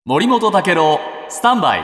森本武郎スタンバイ。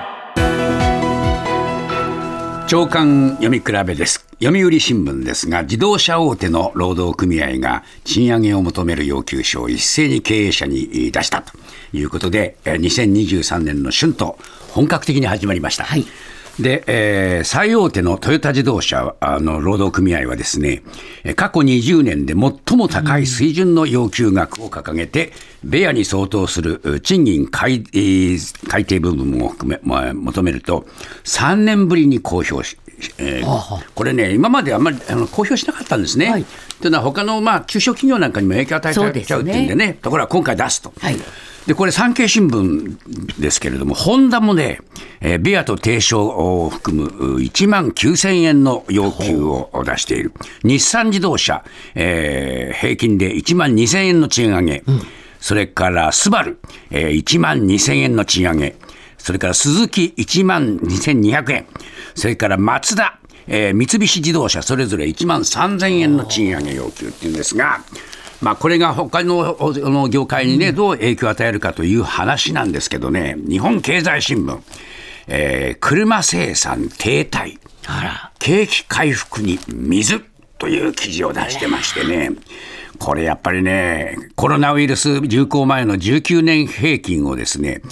朝刊読み比べです。読売新聞ですが、自動車大手の労働組合が賃上げを求める要求書を一斉に経営者に出したということで、2023年の春闘本格的に始まりました。はい。で、最大手のトヨタ自動車の労働組合はですね、過去20年で最も高い水準の要求額を掲げて、ベアに相当する賃金改定部分を求めると3年ぶりに公表し、これね、今まであんまり公表しなかったんですね。はい、というのは他の中小企業なんかにも影響を与えちゃうっていうんでね、ところが今回出すと。はい。でこれ産経新聞ですけれども、ホンダもね、ベアと定償を含む1万9000円の要求を出している。日産自動車、平均で1万2000円の賃上げ、それからスバル、1万2000円の賃上げ、それからスズキ1万2200円、それからマツダ、三菱自動車それぞれ1万3000円の賃上げ要求っていうんですが、これが他の業界にね、どう影響を与えるかという話なんですけどね、日本経済新聞、車生産停滞、景気回復に水という記事を出してましてね、これやっぱりね、コロナウイルス流行前の19年平均をですね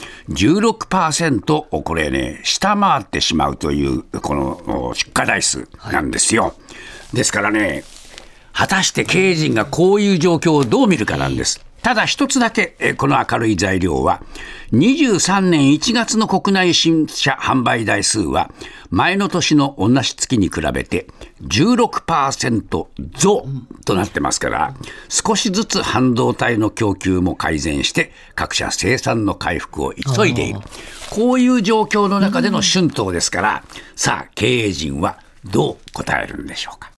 16% をこれね下回ってしまうというこの出荷台数なんですよ。ですからね、果たして経営陣がこういう状況をどう見るかなんです。ただ一つだけこの明るい材料は、23年1月の国内新車販売台数は前の年の同じ月に比べて 16% 増となってますから、少しずつ半導体の供給も改善して各社生産の回復を急いでいる。こういう状況の中での春闘ですから、さあ経営陣はどう答えるんでしょうか。